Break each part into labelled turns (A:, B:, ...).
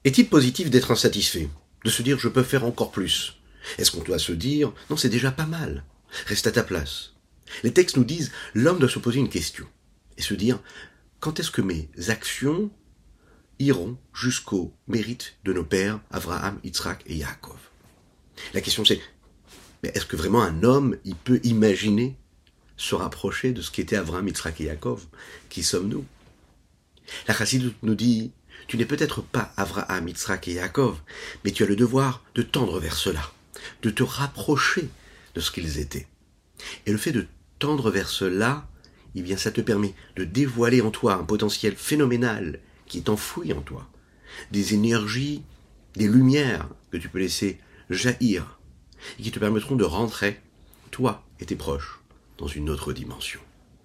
A: Est-il positif d'être insatisfait? De se dire je peux faire encore plus? Est-ce qu'on doit se dire non, c'est déjà pas mal, reste à ta place? Les textes nous disent l'homme doit se poser une question et se dire quand est-ce que mes actions iront jusqu'au mérite de nos pères Abraham, Yitzhak et Yaakov? La question c'est mais est-ce que vraiment un homme il peut imaginer se rapprocher de ce qu'étaient Abraham, Yitzhak et Yaakov? Qui sommes-nous? La Chassidoute nous dit tu n'es peut-être pas Abraham, Yitzhak et Yaakov, mais tu as le devoir de tendre vers cela, de te rapprocher de ce qu'ils étaient. Et le fait de tendre vers cela, eh bien ça te permet de dévoiler en toi un potentiel phénoménal qui est enfoui en toi, des énergies, des lumières que tu peux laisser jaillir et qui te permettront de rentrer, toi et tes proches, dans une autre dimension.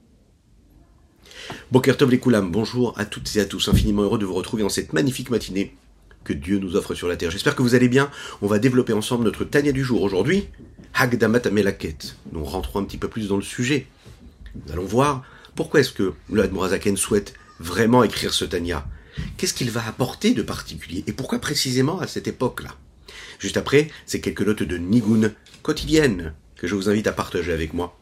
A: Boker Tov les Koulam, bonjour à toutes et à tous, infiniment heureux de vous retrouver dans cette magnifique matinée que Dieu nous offre sur la terre. J'espère que vous allez bien. On va développer ensemble notre Tanya du jour. Aujourd'hui, Hagdamat Amelaket. Nous rentrons un petit peu plus dans le sujet. Nous allons voir pourquoi est-ce que le Admor HaZaken souhaite vraiment écrire ce Tanya. Qu'est-ce qu'il va apporter de particulier et pourquoi précisément à cette époque-là. Juste après, c'est quelques notes de Nigun quotidiennes que je vous invite à partager avec moi.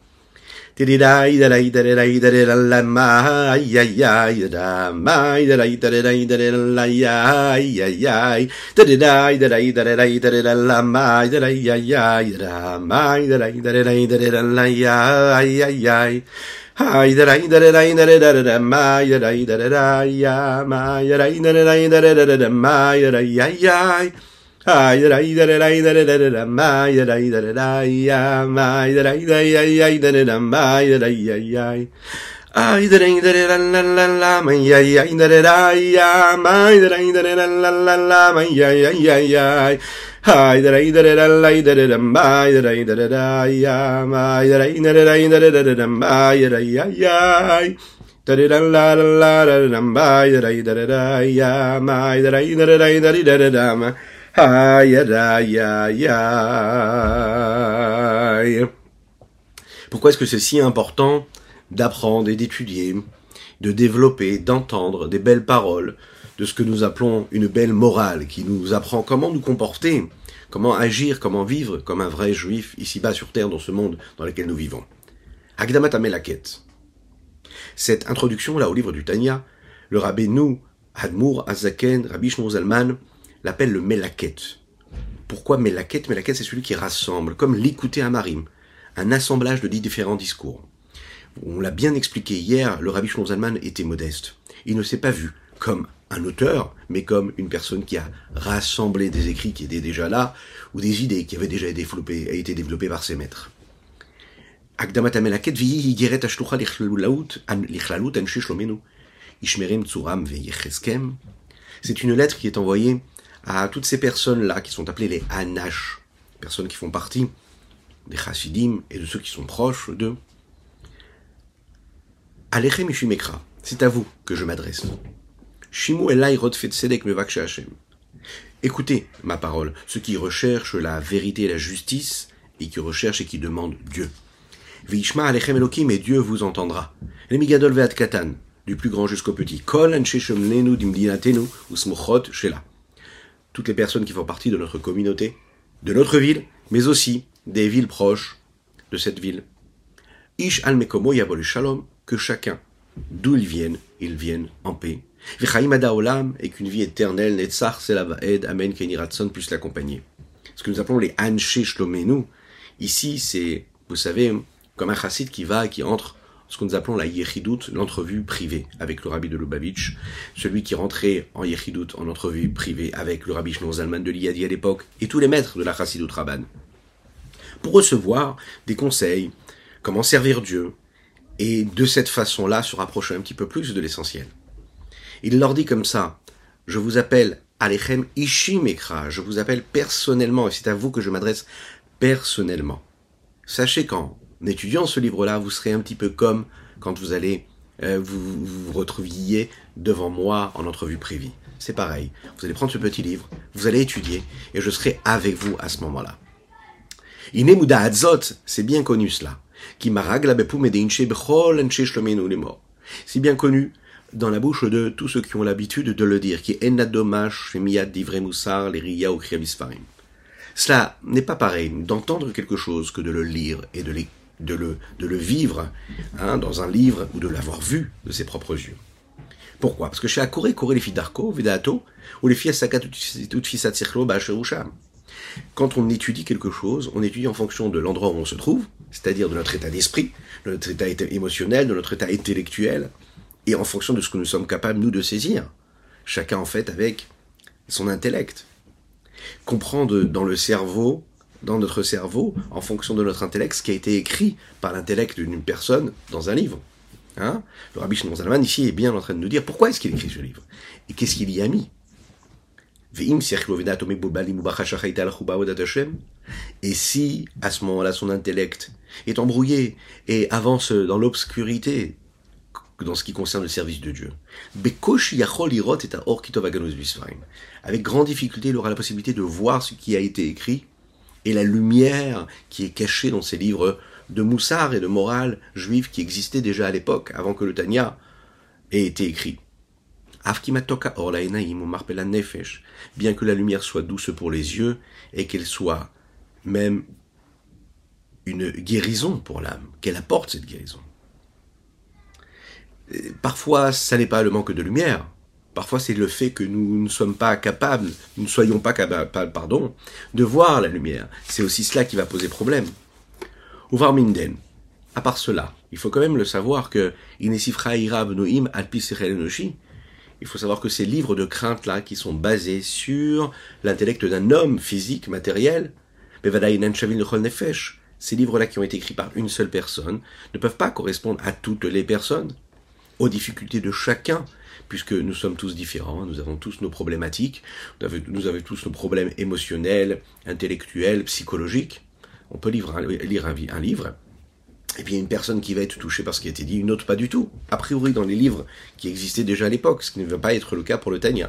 A: Pourquoi est-ce que c'est si important d'apprendre et d'étudier, de développer, d'entendre des belles paroles, de ce que nous appelons une belle morale, qui nous apprend comment nous comporter, comment agir, comment vivre comme un vrai juif ici-bas sur terre dans ce monde dans lequel nous vivons. Hagdamat Amelaket. Cette introduction-là au livre du Tanya, le Rabbeinu Admor HaZaken, Rabbi Shmuel Zalman, l'appelle le Melaket. Pourquoi Melaket? Melaket, c'est celui qui rassemble, comme l'Ikouté Amarim, un assemblage de 10 différents discours. On l'a bien expliqué hier, le Rabbi Shmuel Zalman était modeste. Il ne s'est pas vu comme un auteur, mais comme une personne qui a rassemblé des écrits qui étaient déjà là, ou des idées qui avaient déjà été développées par ses maîtres. Akdamat Amelaket vihi higeret ashlucha lichlalut anshe shlomenu ishmerim tzuram veyecheskem. C'est une lettre qui est envoyée à toutes ces personnes-là qui sont appelées les Anash, personnes qui font partie des Chassidim et de ceux qui sont proches d'eux. Alechem Ishimekra, c'est à vous que je m'adresse. Shimu elai rodfet tzedek mevakshe Hashem. Écoutez ma parole, ceux qui recherchent la vérité et la justice, et qui recherchent et qui demandent Dieu. Veishma alechem Elokim, et Dieu vous entendra. Lemigadol ve'ad katan, du plus grand jusqu'au petit. Kol anshe shomnenu dimdinatenu usmuchot shela. Toutes les personnes qui font partie de notre communauté, de notre ville, mais aussi des villes proches de cette ville. Ish al mekomo yavol shalom, que chacun, d'où ils viennent en paix. V'chaim ada olam, et qu'une vie éternelle, netzach selavaed, amen keniratson, puisse l'accompagner. Ce que nous appelons les anshe shlomenu, ici c'est, vous savez, comme un chassid qui entre ce que nous appelons la Yechidut, l'entrevue privée avec le rabbi de Lubavitch, celui qui rentrait en Yechidut, en entrevue privée avec le rabbi Shmuel Zalman de l'Iyadi à l'époque, et tous les maîtres de la Chassidut Rabban, pour recevoir des conseils, comment servir Dieu, et de cette façon-là se rapprocher un petit peu plus de l'essentiel. Il leur dit comme ça, je vous appelle Alechem Ishimekra, je vous appelle personnellement, et c'est à vous que je m'adresse personnellement. Sachez qu'en étudiant ce livre-là, vous serez un petit peu comme quand vous allez vous retrouviez devant moi en entrevue privée. C'est pareil, vous allez prendre ce petit livre, vous allez étudier, et je serai avec vous à ce moment-là. Inemuda Hadzot, c'est bien connu cela. Qui marag la bepum et deinche bechol enche shlomenu les morts. C'est bien connu dans la bouche de tous ceux qui ont l'habitude de le dire, qui est enna dommage, shemiyad divrei moussar, les riya ou kriyavisfarim. Cela n'est pas pareil d'entendre quelque chose que de le lire et de le vivre dans un livre ou de l'avoir vu de ses propres yeux. Pourquoi? Parce que chez Akore, les filles d'Arko, Vedato, ou les filles Asaka, toutes filles Satsirlo, Bacherusham. Quand on étudie quelque chose, on étudie en fonction de l'endroit où on se trouve, c'est-à-dire de notre état d'esprit, de notre état émotionnel, de notre état intellectuel, et en fonction de ce que nous sommes capables, nous, de saisir. Chacun, en fait, avec son intellect. Comprendre dans notre cerveau, en fonction de notre intellect, ce qui a été écrit par l'intellect d'une personne dans un livre. Le Rabbi Shimon Zalman, ici, est bien en train de nous dire pourquoi est-ce qu'il écrit ce livre, et qu'est-ce qu'il y a mis. Et si, à ce moment-là, son intellect est embrouillé et avance dans l'obscurité dans ce qui concerne le service de Dieu, avec grande difficulté, il aura la possibilité de voir ce qui a été écrit et la lumière qui est cachée dans ces livres de moussard et de morale juive qui existaient déjà à l'époque, avant que le Tanya ait été écrit. Bien que la lumière soit douce pour les yeux et qu'elle soit même une guérison pour l'âme, qu'elle apporte cette guérison. Parfois, ça n'est pas le manque de lumière. Parfois, c'est le fait que nous ne soyons pas capables de voir la lumière. C'est aussi cela qui va poser problème. Uvar minden. À part cela, il faut quand même le savoir que il faut savoir que ces livres de crainte-là, qui sont basés sur l'intellect d'un homme physique, matériel, ces livres-là qui ont été écrits par une seule personne, ne peuvent pas correspondre à toutes les personnes, aux difficultés de chacun, puisque nous sommes tous différents, nous avons tous nos problématiques, nous avons tous nos problèmes émotionnels, intellectuels, psychologiques. On peut lire un livre, et puis il y a une personne qui va être touchée par ce qui a été dit, une autre pas du tout. A priori dans les livres qui existaient déjà à l'époque, ce qui ne va pas être le cas pour le Tanya.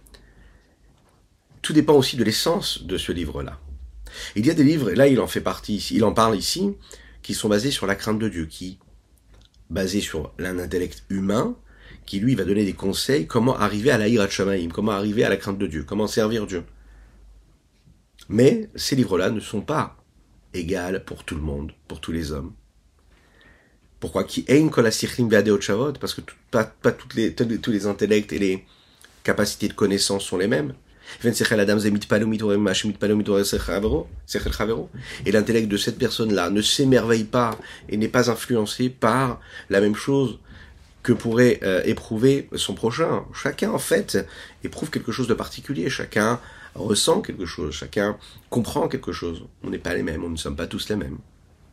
A: Tout dépend aussi de l'essence de ce livre-là. Il y a des livres, et là il en parle ici, qui sont basés sur la crainte de Dieu, basés sur un intellect humain, qui lui va donner des conseils, comment arriver à la hirat shamaim, comment arriver à la crainte de Dieu, comment servir Dieu. Mais ces livres-là ne sont pas égaux pour tout le monde, pour tous les hommes. Pourquoi? Parce que pas tous les intellects et les capacités de connaissance sont les mêmes. Et l'intellect de cette personne-là ne s'émerveille pas et n'est pas influencé par la même chose que pourrait éprouver son prochain. Chacun, en fait, éprouve quelque chose de particulier. Chacun ressent quelque chose. Chacun comprend quelque chose. On n'est pas les mêmes. On ne sommes pas tous les mêmes.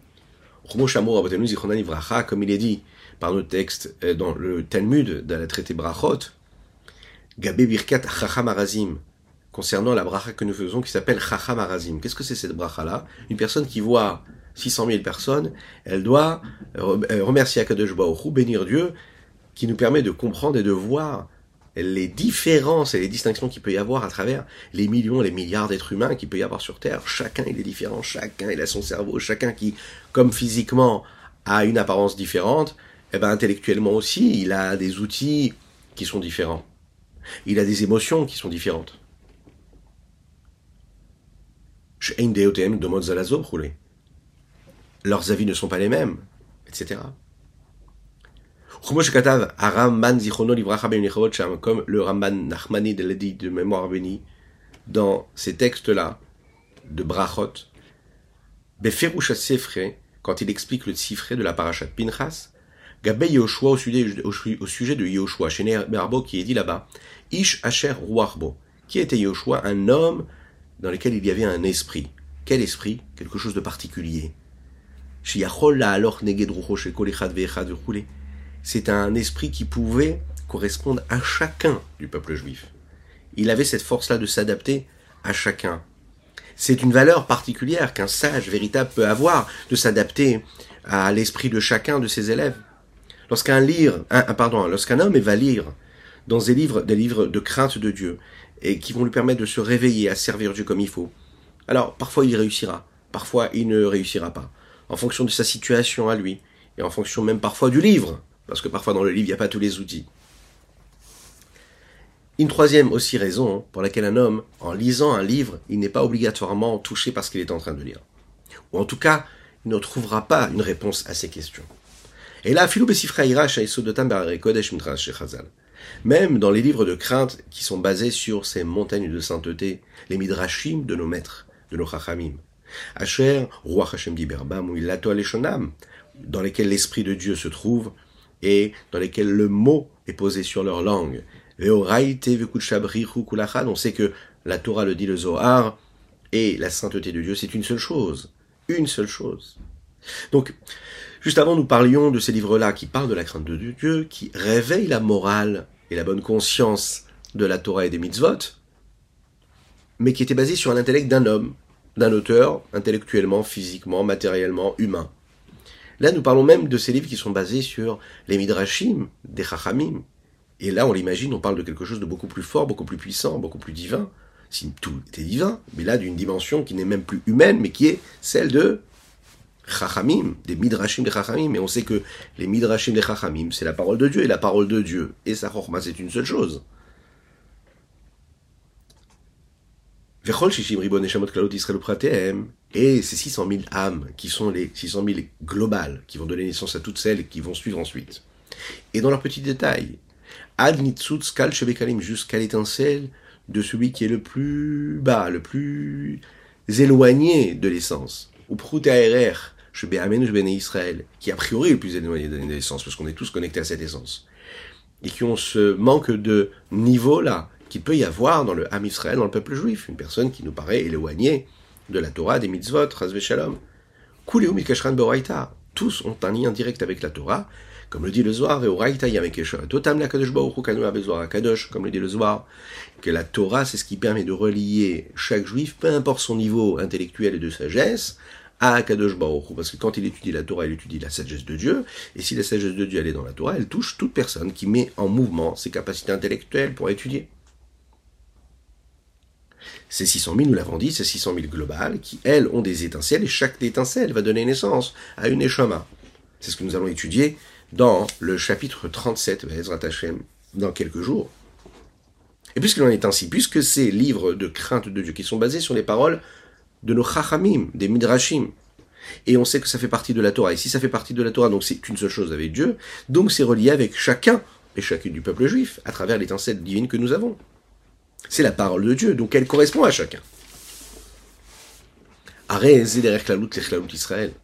A: Comme il est dit par nos textes dans le Talmud, dans la traité Brachot, Gabé Birkat Chacham Arazim, concernant la bracha que nous faisons qui s'appelle Chacham Arazim. Qu'est-ce que c'est cette bracha-là? Une personne qui voit 600 000 personnes, elle doit remercier Akadosh Baruch Hu, bénir Dieu, qui nous permet de comprendre et de voir les différences et les distinctions qu'il peut y avoir à travers les millions, les milliards d'êtres humains qu'il peut y avoir sur Terre. Chacun il est différent, chacun il a son cerveau, chacun qui, comme physiquement, a une apparence différente, intellectuellement aussi, il a des outils qui sont différents. Il a des émotions qui sont différentes. Leurs avis ne sont pas les mêmes, etc. Comme le Ramban Nachmani l'a dit de mémoire bénie, dans ces textes-là, de Brachot, Beferush Sefre, quand il explique le Sifre de la Parashat Pinchas, Gabé Yoshua au sujet de Yoshua, chez Berbo qui est dit là-bas, Ish Asher Ruachbo, qui était Yoshua, un homme dans lequel il y avait un esprit. Quel esprit? Quelque chose de particulier. C'est un esprit qui pouvait correspondre à chacun du peuple juif. Il avait cette force-là de s'adapter à chacun. C'est une valeur particulière qu'un sage véritable peut avoir, de s'adapter à l'esprit de chacun de ses élèves. Lorsqu'un homme va lire dans des livres de crainte de Dieu, et qui vont lui permettre de se réveiller, à servir Dieu comme il faut, alors parfois il réussira, parfois il ne réussira pas, en fonction de sa situation à lui, et en fonction même parfois du livre, parce que parfois dans le livre il n'y a pas tous les outils. Une troisième aussi raison pour laquelle un homme, en lisant un livre, il n'est pas obligatoirement touché par ce qu'il est en train de lire. Ou en tout cas, il ne trouvera pas une réponse à ces questions. Et là, même dans les livres de crainte qui sont basés sur ces montagnes de sainteté, les midrashim de nos maîtres, de nos chachamim, Asher, Ruach Hashem Diberbam, ou Ilato Aleshonam, dans lesquels l'Esprit de Dieu se trouve et dans lesquels le mot est posé sur leur langue. On sait que la Torah le dit, le Zohar, et la sainteté de Dieu, c'est une seule chose. Une seule chose. Donc, juste avant, nous parlions de ces livres-là qui parlent de la crainte de Dieu, qui réveillent la morale et la bonne conscience de la Torah et des mitzvot, mais qui étaient basés sur un intellect d'un homme, d'un auteur, intellectuellement, physiquement, matériellement, humain. Là, nous parlons même de ces livres qui sont basés sur les midrashim, des chachamim. Et là, on l'imagine, on parle de quelque chose de beaucoup plus fort, beaucoup plus puissant, beaucoup plus divin. Si tout était divin, mais là, d'une dimension qui n'est même plus humaine, mais qui est celle de chachamim, des midrashim des chachamim. Et on sait que les midrashim des chachamim, c'est la parole de Dieu, et la parole de Dieu, et sa chorma, c'est une seule chose. Et ces 600 000 âmes, qui sont les 600 000 globales, qui vont donner naissance à toutes celles qui vont suivre ensuite. Et dans leurs petits détails, Ad nitzutz kal shebekalim, jusqu'à l'étincelle de celui qui est le plus bas, le plus éloigné de l'essence. Ou pruteaerer, shebeamenu shebene Israël, qui a priori est le plus éloigné de l'essence, parce qu'on est tous connectés à cette essence. Et qui ont ce manque de niveau-là, qu'il peut y avoir dans le Ham Israël, dans le peuple juif, une personne qui nous paraît éloignée de la Torah, des mitzvot, Chas Shalom. Kuleu mikashran beoraita. Tous ont un lien direct avec la Torah, comme le dit le Zohar, et oraita yamekesha. Totam la kadosh baruch hu kanu abezohar kadosh, comme le dit le Zohar, que la Torah, c'est ce qui permet de relier chaque juif, peu importe son niveau intellectuel et de sagesse, à Kadosh Baruch Hu, parce que quand il étudie la Torah, il étudie la sagesse de Dieu, et si la sagesse de Dieu elle est dans la Torah, elle touche toute personne qui met en mouvement ses capacités intellectuelles pour étudier. Ces 600 000, nous l'avons dit, ces 600 000 globales, qui, elles, ont des étincelles, et chaque étincelle va donner naissance à une Neshama. C'est ce que nous allons étudier dans le chapitre 37, Ezrat Hashem, dans quelques jours. Et puisqu'il en est ainsi, puisque ces livres de crainte de Dieu, qui sont basés sur les paroles de nos chachamim, des midrashim, et on sait que ça fait partie de la Torah, et si ça fait partie de la Torah, donc c'est une seule chose avec Dieu, donc c'est relié avec chacun et chacune du peuple juif, à travers l'étincelle divine que nous avons. C'est la parole de Dieu, donc elle correspond à chacun. Israël.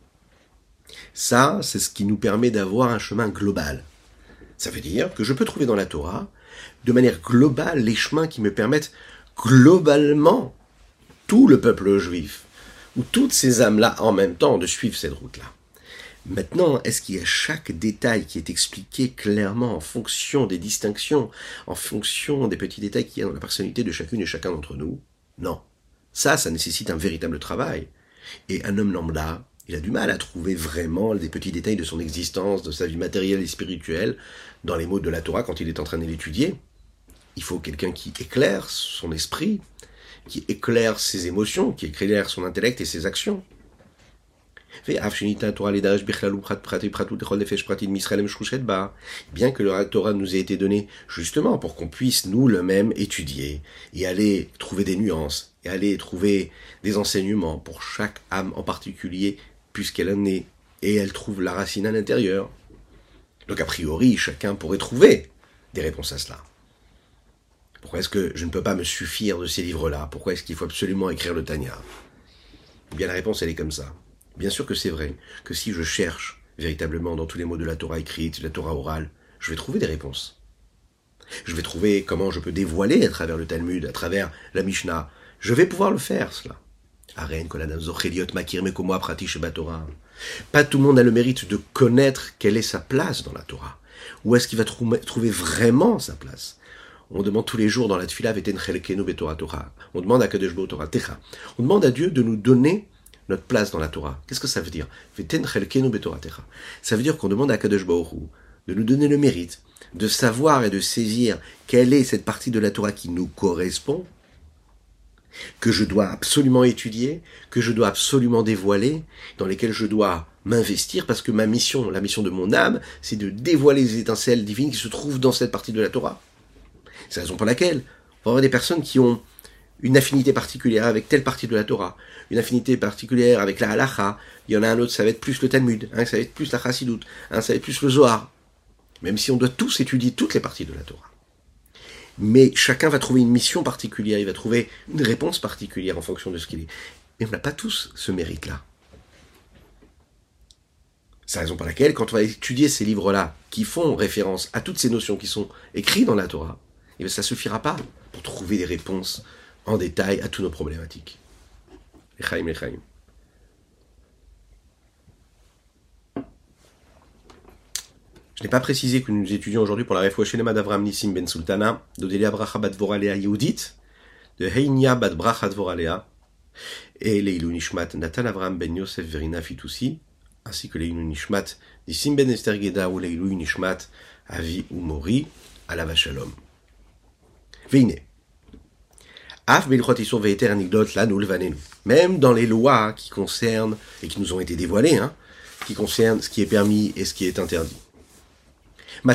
A: Ça, c'est ce qui nous permet d'avoir un chemin global. Ça veut dire que je peux trouver dans la Torah, de manière globale, les chemins qui me permettent globalement tout le peuple juif, ou toutes ces âmes-là en même temps, de suivre cette route-là. Maintenant, est-ce qu'il y a chaque détail qui est expliqué clairement en fonction des distinctions, en fonction des petits détails qu'il y a dans la personnalité de chacune et chacun d'entre nous? Non. Ça nécessite un véritable travail. Et un homme lambda, il a du mal à trouver vraiment des petits détails de son existence, de sa vie matérielle et spirituelle, dans les mots de la Torah quand il est en train de l'étudier. Il faut quelqu'un qui éclaire son esprit, qui éclaire ses émotions, qui éclaire son intellect et ses actions. Bien que le Torah nous ait été donné justement pour qu'on puisse nous-mêmes étudier et aller trouver des nuances et aller trouver des enseignements pour chaque âme en particulier puisqu'elle en est et elle trouve la racine à l'intérieur. Donc a priori, chacun pourrait trouver des réponses à cela. Pourquoi est-ce que je ne peux pas me suffire de ces livres-là? Pourquoi est-ce qu'il faut absolument écrire le Tanya? Eh bien la réponse elle est comme ça. Bien sûr que c'est vrai que si je cherche véritablement dans tous les mots de la Torah écrite, de la Torah orale, je vais trouver des réponses. Je vais trouver comment je peux dévoiler à travers le Talmud, à travers la Mishnah. Je vais pouvoir le faire, cela. Pas tout le monde a le mérite de connaître quelle est sa place dans la Torah. Où est-ce qu'il va trouver vraiment sa place? On demande tous les jours dans la Tfila, on demande à Kadosh Baruch Hu, on demande à Dieu de nous donner notre place dans la Torah. Qu'est-ce que ça veut dire? Ça veut dire qu'on demande à Kadosh Baruch Hu de nous donner le mérite de savoir et de saisir quelle est cette partie de la Torah qui nous correspond, que je dois absolument étudier, que je dois absolument dévoiler, dans lesquelles je dois m'investir, parce que ma mission, la mission de mon âme, c'est de dévoiler les étincelles divines qui se trouvent dans cette partie de la Torah. C'est la raison pour laquelle on va avoir des personnes qui ont une affinité particulière avec telle partie de la Torah, une affinité particulière avec la halacha. Il y en a un autre, ça va être plus le Talmud, un ça va être plus la Chassidut, un ça va être plus le Zohar. Même si on doit tous étudier toutes les parties de la Torah. Mais chacun va trouver une mission particulière, il va trouver une réponse particulière en fonction de ce qu'il est. Mais on n'a pas tous ce mérite-là. C'est la raison pour laquelle, quand on va étudier ces livres-là, qui font référence à toutes ces notions qui sont écrites dans la Torah, eh bien, ça ne suffira pas pour trouver des réponses en détail à toutes nos problématiques. L'Echaim, l'Echaim. Je n'ai pas précisé que nous étudions aujourd'hui pour la Refoua Shelema d'Avraham Nissim Ben Sultana, d'Odelia Bracha Bat Dvoralea Yehudit, de Heinia Bat Bracha Dvoralea, et Leilou Nishmat Nathan Avraham Ben Yosef Verina Fitoussi, ainsi que Leilou Nishmat Nissim Ben Esther Geda ou Leilou Nishmat Avi ou Mori, Alava Shalom. Veine. Af Belchot Isur Ve'eter Anigdot Lanu Levanenu. Même dans les lois qui concernent, et qui nous ont été dévoilées, qui concernent ce qui est permis et ce qui est interdit. On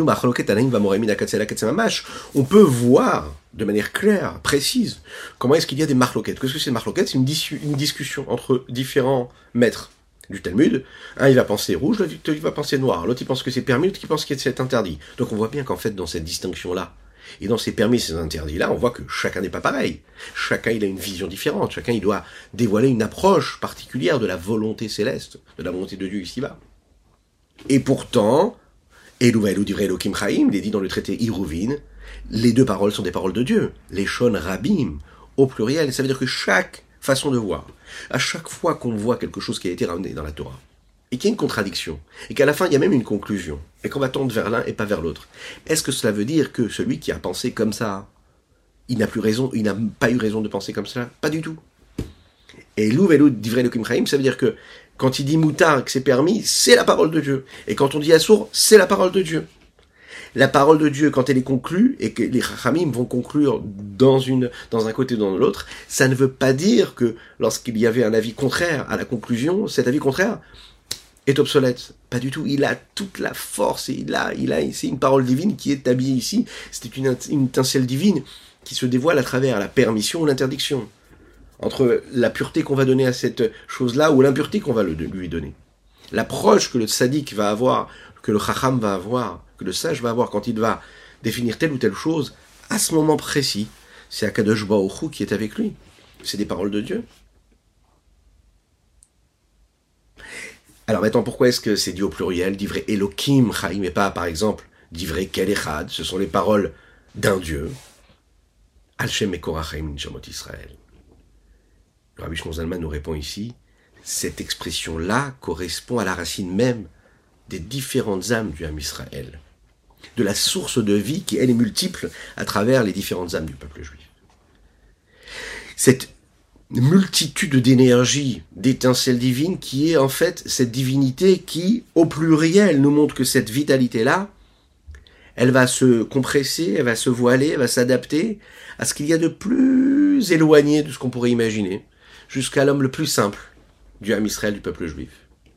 A: peut voir de manière claire, précise, comment est-ce qu'il y a des marloquettes. Qu'est-ce que c'est une marloquette? C'est une discussion entre différents maîtres du Talmud. Un, il va penser rouge, l'autre, il va penser noir. L'autre, il pense que c'est permis, l'autre, il pense que c'est interdit. Donc on voit bien qu'en fait, dans cette distinction-là, et dans ces permis et ces interdits-là, on voit que chacun n'est pas pareil. Chacun, il a une vision différente. Chacun, il doit dévoiler une approche particulière de la volonté céleste, de la volonté de Dieu ici-bas. Et pourtant, Elouva Elou Divrei Elokim Chaim, il est dit dans le traité Iruvin, les deux paroles sont des paroles de Dieu, les Shon Rabim, au pluriel, ça veut dire que chaque façon de voir, à chaque fois qu'on voit quelque chose qui a été ramené dans la Torah, et qu'il y a une contradiction, et qu'à la fin il y a même une conclusion, et qu'on va tendre vers l'un et pas vers l'autre, est-ce que cela veut dire que celui qui a pensé comme ça, il n'a plus raison, il n'a pas eu raison de penser comme cela? Pas du tout. Et Elouva Elou Divrei Elokim Chaim, ça veut dire que quand il dit moutar, que c'est permis, c'est la parole de Dieu. Et quand on dit assour, c'est la parole de Dieu. La parole de Dieu, quand elle est conclue, et que les chachamim vont conclure dans un côté ou dans l'autre, ça ne veut pas dire que lorsqu'il y avait un avis contraire à la conclusion, cet avis contraire est obsolète. Pas du tout. Il a toute la force, et c'est une parole divine qui est habillée ici. C'était une étincelle divine qui se dévoile à travers la permission ou l'interdiction. Entre la pureté qu'on va donner à cette chose-là ou l'impureté qu'on va lui donner. L'approche que le tzaddik va avoir, que le chacham va avoir, que le sage va avoir quand il va définir telle ou telle chose, à ce moment précis, c'est Akadosh Baruch Hu qui est avec lui. C'est des paroles de Dieu. Alors maintenant, pourquoi est-ce que c'est dit au pluriel, divrei Elokim Chaim, et pas par exemple divrei Kel Echad? Ce sont les paroles d'un Dieu. Al Shem Mekorah Chaim Nishamot Israël. Le Rabbi Shlomo Zalman nous répond ici, cette expression-là correspond à la racine même des différentes âmes du Ham Israël, de la source de vie qui, elle, est multiple à travers les différentes âmes du peuple juif. Cette multitude d'énergie, d'étincelles divines qui est en fait cette divinité qui, au pluriel, nous montre que cette vitalité-là, elle va se compresser, elle va se voiler, elle va s'adapter à ce qu'il y a de plus éloigné de ce qu'on pourrait imaginer, jusqu'à l'homme le plus simple du Ham Israël, du peuple juif.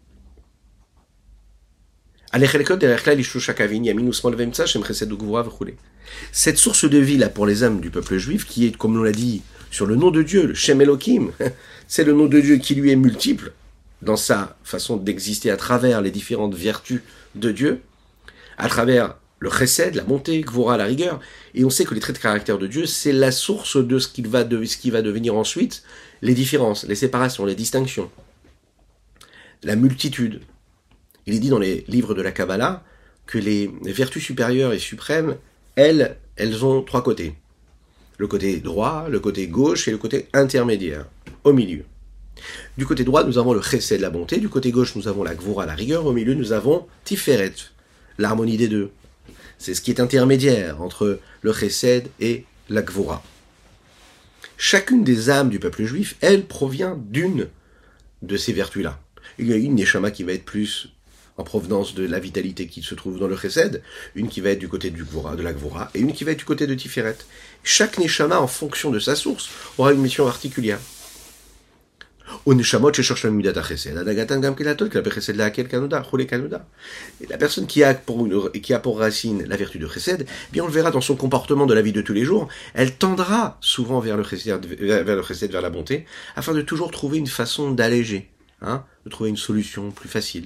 A: Cette source de vie là pour les âmes du peuple juif, qui est, comme on l'a dit, sur le nom de Dieu, le Shem Elohim, c'est le nom de Dieu qui lui est multiple dans sa façon d'exister à travers les différentes vertus de Dieu, à travers le chesed, la bonté, gvura, la rigueur, et on sait que les traits de caractère de Dieu, c'est la source de ce qui va devenir ensuite les différences, les séparations, les distinctions, la multitude. Il est dit dans les livres de la Kabbalah que les vertus supérieures et suprêmes, elles ont trois côtés. Le côté droit, le côté gauche et le côté intermédiaire, au milieu. Du côté droit, nous avons le chesed, la bonté. Du côté gauche, nous avons la gvura, la rigueur. Au milieu, nous avons tiferet, l'harmonie des deux. C'est ce qui est intermédiaire entre le chesed et la gvura. Chacune des âmes du peuple juif, elle provient d'une de ces vertus-là. Il y a une neshama qui va être plus en provenance de la vitalité qui se trouve dans le chesed, une qui va être du côté de la gvura, et une qui va être du côté de tiferet. Chaque neshama, en fonction de sa source, aura une mission particulière. Au neshamot she'shorsh midata chesed, adagatan gam kelatot, klape chesed la'akel kanoda, chole kanoda. Et la personne qui a pour racine la vertu de chesed, bien on le verra dans son comportement de la vie de tous les jours, elle tendra souvent vers le chesed, vers la bonté, afin de toujours trouver une façon d'alléger, de trouver une solution plus facile.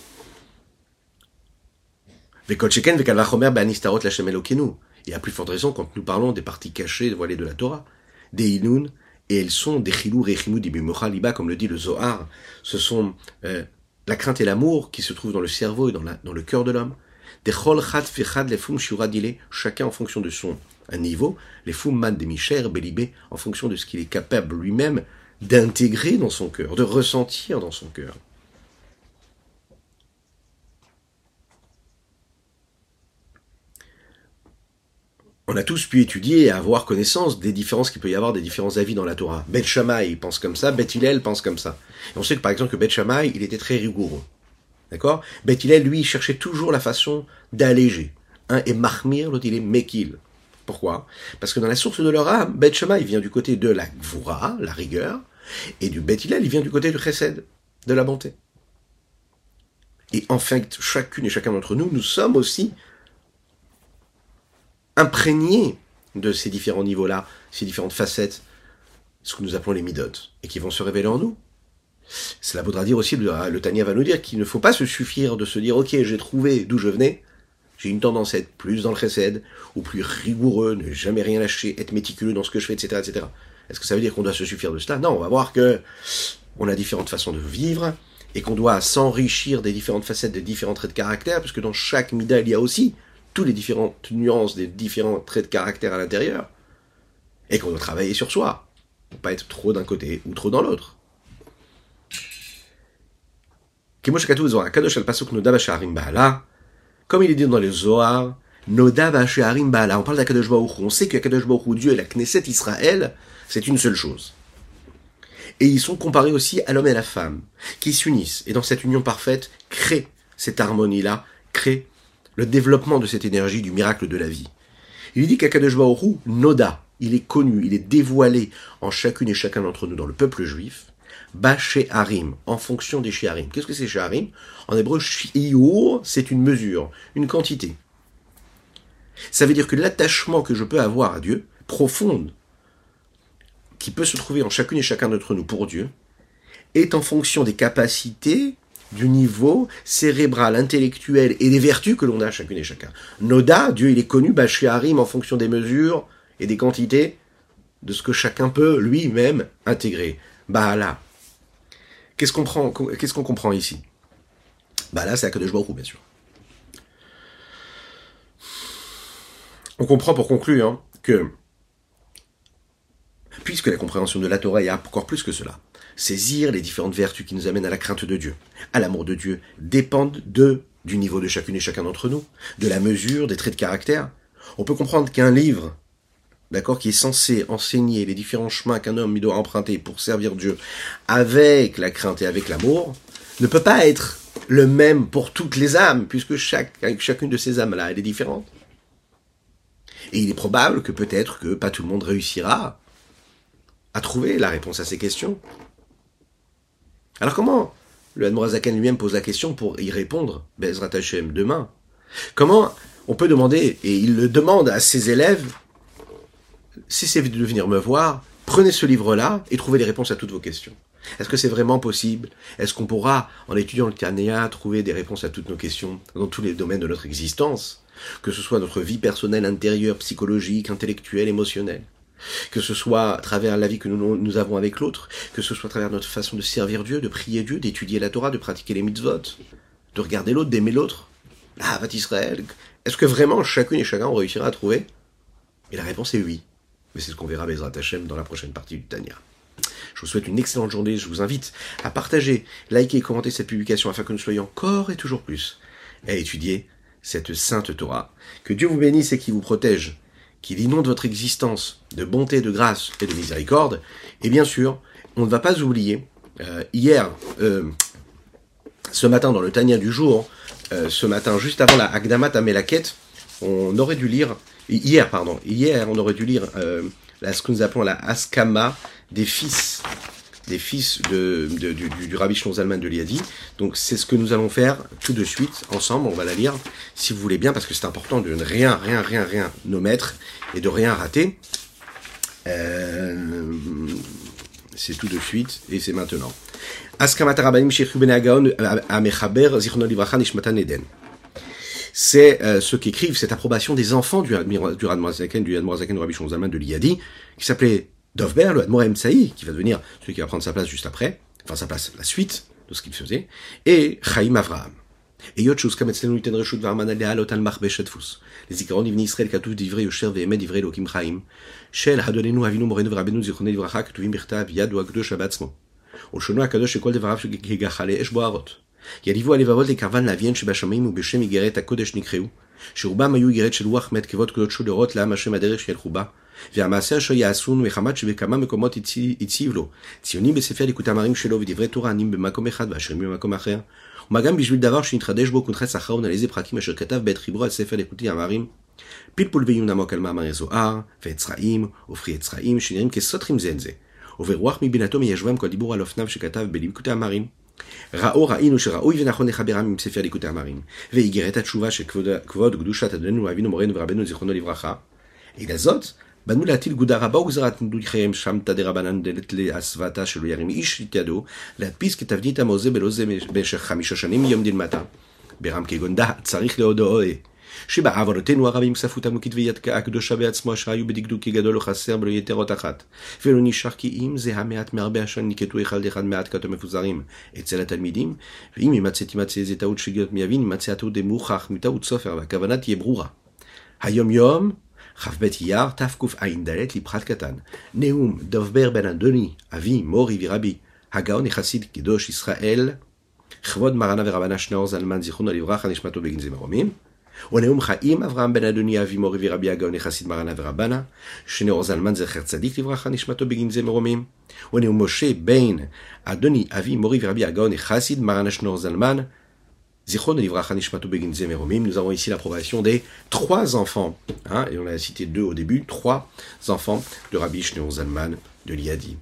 A: Et à plus forte raison quand nous parlons des parties cachées dévoilées de la Torah, des Inun, et elles sont des Chilou, Rechimou, Dibimucha, Liba, comme le dit le Zohar. Ce sont la crainte et l'amour qui se trouvent dans le cerveau et dans le cœur de l'homme. Des Chol, Chad, Fechad, les Fum, Shura, Dile, chacun en fonction de son niveau. Les Fum, Man, Demicher, Belibé, en fonction de ce qu'il est capable lui-même d'intégrer dans son cœur, de ressentir dans son cœur. On a tous pu étudier et avoir connaissance des différences qu'il peut y avoir, des différents avis dans la Torah. Beth Shammai pense comme ça, Beth Hillel pense comme ça. Et on sait que par exemple que Beth Shammai, il était très rigoureux. D'accord ? Beth Hillel, lui, il cherchait toujours la façon d'alléger. Un est Mahmir, l'autre il est Mekil. Pourquoi ? Parce que dans la source de leur âme, Beth Shammai vient du côté de la Gvura, la rigueur, et du Beth Hillel, il vient du côté du Chesed, de la bonté. Et en fait, chacune et chacun d'entre nous, nous sommes aussi imprégnés de ces différents niveaux-là, ces différentes facettes, ce que nous appelons les midot, et qui vont se révéler en nous. Cela voudra dire aussi, le Tanya va nous dire qu'il ne faut pas se suffire de se dire « Ok, j'ai trouvé d'où je venais, j'ai une tendance à être plus dans le chesed, ou plus rigoureux, ne jamais rien lâcher, être méticuleux dans ce que je fais, etc. etc. » Est-ce que ça veut dire qu'on doit se suffire de cela ? Non, on va voir que on a différentes façons de vivre, et qu'on doit s'enrichir des différentes facettes, des différents traits de caractère, parce que dans chaque mida, il y a aussi toutes les différentes nuances des différents traits de caractère à l'intérieur, et qu'on doit travailler sur soi, pour pas être trop d'un côté ou trop dans l'autre. Comme il est dit dans les Zohar, Noda Ba'She'arim Ba'ala, on parle d'Akadosh Baruch Hu, on sait qu'Akadosh Baruch Hu, Dieu et la Knesset Israël, c'est une seule chose. Et ils sont comparés aussi à l'homme et à la femme, qui s'unissent, et dans cette union parfaite, créent cette harmonie-là, créent le développement de cette énergie du miracle de la vie. Il dit qu'Akadosh Baruch Hu, Noda, il est connu, il est dévoilé en chacune et chacun d'entre nous dans le peuple juif, Ba'She'arim, en fonction des She'arim. Qu'est-ce que c'est She'arim ? En hébreu, Shi'ur, c'est une mesure, une quantité. Ça veut dire que l'attachement que je peux avoir à Dieu, profonde, qui peut se trouver en chacune et chacun d'entre nous pour Dieu, est en fonction des capacités, du niveau cérébral, intellectuel et des vertus que l'on a chacune et chacun. Noda, Dieu il est connu, Ba'She'arim, en fonction des mesures et des quantités de ce que chacun peut lui-même intégrer. Ba'ala. Qu'est-ce qu'on comprend ici ? Ba'ala, c'est Akadosh Baruch Hu, bien sûr. On comprend pour conclure que, puisque la compréhension de la Torah est encore plus que cela, saisir les différentes vertus qui nous amènent à la crainte de Dieu, à l'amour de Dieu, dépendent du niveau de chacune et chacun d'entre nous, de la mesure, des traits de caractère. On peut comprendre qu'un livre, d'accord, qui est censé enseigner les différents chemins qu'un homme doit emprunter pour servir Dieu avec la crainte et avec l'amour, ne peut pas être le même pour toutes les âmes, puisque chacune de ces âmes-là, elle est différente. Et il est probable que peut-être que pas tout le monde réussira à trouver la réponse à ces questions. Alors comment le Admorazaken lui-même pose la question pour y répondre, Be'ezrat Hashem, demain ? Comment on peut demander, et il le demande à ses élèves, si c'est de venir me voir, prenez ce livre-là et trouvez les réponses à toutes vos questions. Est-ce que c'est vraiment possible ? Est-ce qu'on pourra, en étudiant le Tanya, trouver des réponses à toutes nos questions dans tous les domaines de notre existence ? Que ce soit notre vie personnelle, intérieure, psychologique, intellectuelle, émotionnelle. Que ce soit à travers la vie que nous avons avec l'autre, que ce soit à travers notre façon de servir Dieu, de prier Dieu, d'étudier la Torah, de pratiquer les mitzvot, de regarder l'autre, d'aimer l'autre. Ah, Vat Israël, est-ce que vraiment chacune et chacun on réussira à trouver ? Et la réponse est oui. Mais c'est ce qu'on verra Be'ezrat Hashem dans la prochaine partie du Tanya. Je vous souhaite une excellente journée, je vous invite à partager, liker et commenter cette publication afin que nous soyons encore et toujours plus à étudier cette sainte Torah. Que Dieu vous bénisse et qu'il vous protège, qu'il inonde votre existence de bonté, de grâce et de miséricorde. Et bien sûr, on ne va pas oublier, ce matin dans le Tanya du jour, ce matin juste avant la Akdamat Amelaket, on aurait dû lire, hier on aurait dû lire ce que nous appelons la Askama des fils des fils du Rabbi Shlomo Zalman de Liadi. Donc c'est ce que nous allons faire tout de suite, ensemble, on va la lire, si vous voulez bien, parce que c'est important de ne rien omettre et de rien rater. C'est tout de suite, et c'est maintenant. Askamat Rabbanim Sheikh Ben Agaon Amechaber Zichrono Livracha Nishmatan Eden. C'est ceux qui écrivent cette approbation des enfants du Admorazaken, du Rabbi Shlomo Zalman de Liadi, qui s'appelait Dovber, le Admor Emsaï, qui va devenir celui qui va prendre sa place juste après, enfin sa place, la suite de ce qu'il faisait, et Chaim Avraham. Et Yotchus Kametzlenu Iten Reshut Varman Lealot al Machbe Shetfus. Les Zikaron Ivni Israël Katuv Divrei Yosher Ve'emet Divrei Elokim Chaim. Shel Hadonenu Avinu Morenu V'Rabenu Zichrono Livracha Ketuvim Birtav Yad U'Akdosh Abatzmo. Ulshono Akadosh Shekol Devarav Shegachale Esh Boarot. Yalivu Alevavot Lekarvan Lavien Shebashamayim Ubeshem Igeret Akodesh Nikreu. שרובם היו איגרת של רוח מת כבוד קדושו לראות לעם השם הדרך שילכו בה, והמעשה אשר יעשון מחמת שבכמה מקומות הציב לו, ציונים בספר ליקוטי המרים שלו ודברי תורה עניים במקום אחד ואשרים במקום אחר, ומה גם בשביל דבר שנתחדש בו קונחס אחרון על איזה פרקים אשר כתב בעת חיברו על ספר ליקוטי המרים, פלפול ועיון עמוק על מאמרי זוהר, ועצראים, ופרי עצראים, שנראים כסותרים זה את זה, וברוח מבינתו מיישבם כל דיבור על אופניו שכתב בליקוטי המרים. ראינו שראוי ונכון לחברם עם ספר ליקוטי המרים, ואיגרת התשובה של כבוד קדושת אדוננו אבינו מורנו ורבנו זיכרונו לברכה. אלא זאת, בנו להטיל גודה רבה וגזרת נדוליכם שמתא דרבנן דלת להסוותה שלא ירים איש את ידו, להדפיס כתבנית המוזה בלא זה במשך 5 שנים מיום דלמטה. ברם כגון דה צריך להודאו שבעוונותינו הרבים כספו אותנו כתבי יד הקדושה בעצמו אשר היו בדקדוק גדול וחסר בלא יתרות אחת. ולא נשאר כי אם זה המעט מהרבה אשר נקטו אחד לאחד מעט כתו מפוזרים אצל התלמידים, ואם יימצא איזה טעות שגיאות מיבין, יימצא הטעות דמוכח מטעות סופר, והכוונה תהיה ברורה. היום יום, כ"ב אייר תקע"ד לפחת קטן, נאום דובר בן אדוני, אבי, מורי ורבי, הגאון החסיד קדוש ישראל, כבוד מרנה ורבנה שניאור זלמן זיכרונו לברכה נשמתו בגנזי מרומים, ונאום חיים אברהם בן אדוני אבי מורי ורבי הגאון חסיד מרנה ורבנה, שניאור זלמן זכר צדיק לברכה נשמתו בגנזי מרומים, ונאום משה בן אדוני אבי מורי ורבי הגאון חסיד מרנה שניאור זלמן, Zichrono Livracha Nishmato Beginze Meromim. Nous avons ici l'approbation des 3 enfants, hein, et on a cité 2 au début, 3 enfants de Rabbi Shneor Zalman de Liadi.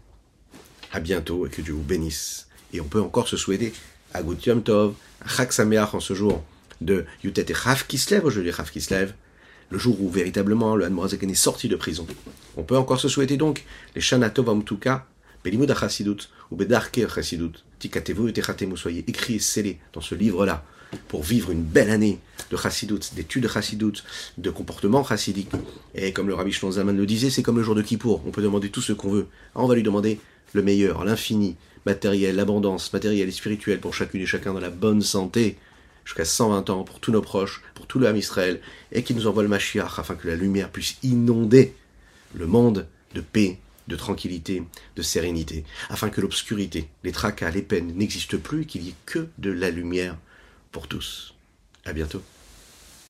A: À bientôt et que Dieu vous bénisse. Et on peut encore se souhaiter à Gut Yom Tov, à Chag Sameach en ce jour de Yutet et Chav Kislev, aujourd'hui Chav Kislev, le jour où véritablement le Admorazaken est sorti de prison. On peut encore se souhaiter donc les Shana Tov Amtuka, Belimud HaChassidut ou Bedarke HaChassidut. Tikatevu et Techatemu, soyez écrits et scellés dans ce livre-là pour vivre une belle année de Chassidut, d'études de Chassidut, de comportement chassidique. Et comme le Rabbi Shlomo Zalman le disait, c'est comme le jour de Kippour, on peut demander tout ce qu'on veut. Alors on va lui demander le meilleur, l'infini, matériel, l'abondance matérielle et spirituelle pour chacune et chacun dans la bonne santé, jusqu'à 120 ans, pour tous nos proches, pour tout le Ham Israël, et qu'il nous envoie le Mashiach afin que la lumière puisse inonder le monde de paix, de tranquillité, de sérénité, afin que l'obscurité, les tracas, les peines n'existent plus et qu'il n'y ait que de la lumière pour tous. À bientôt.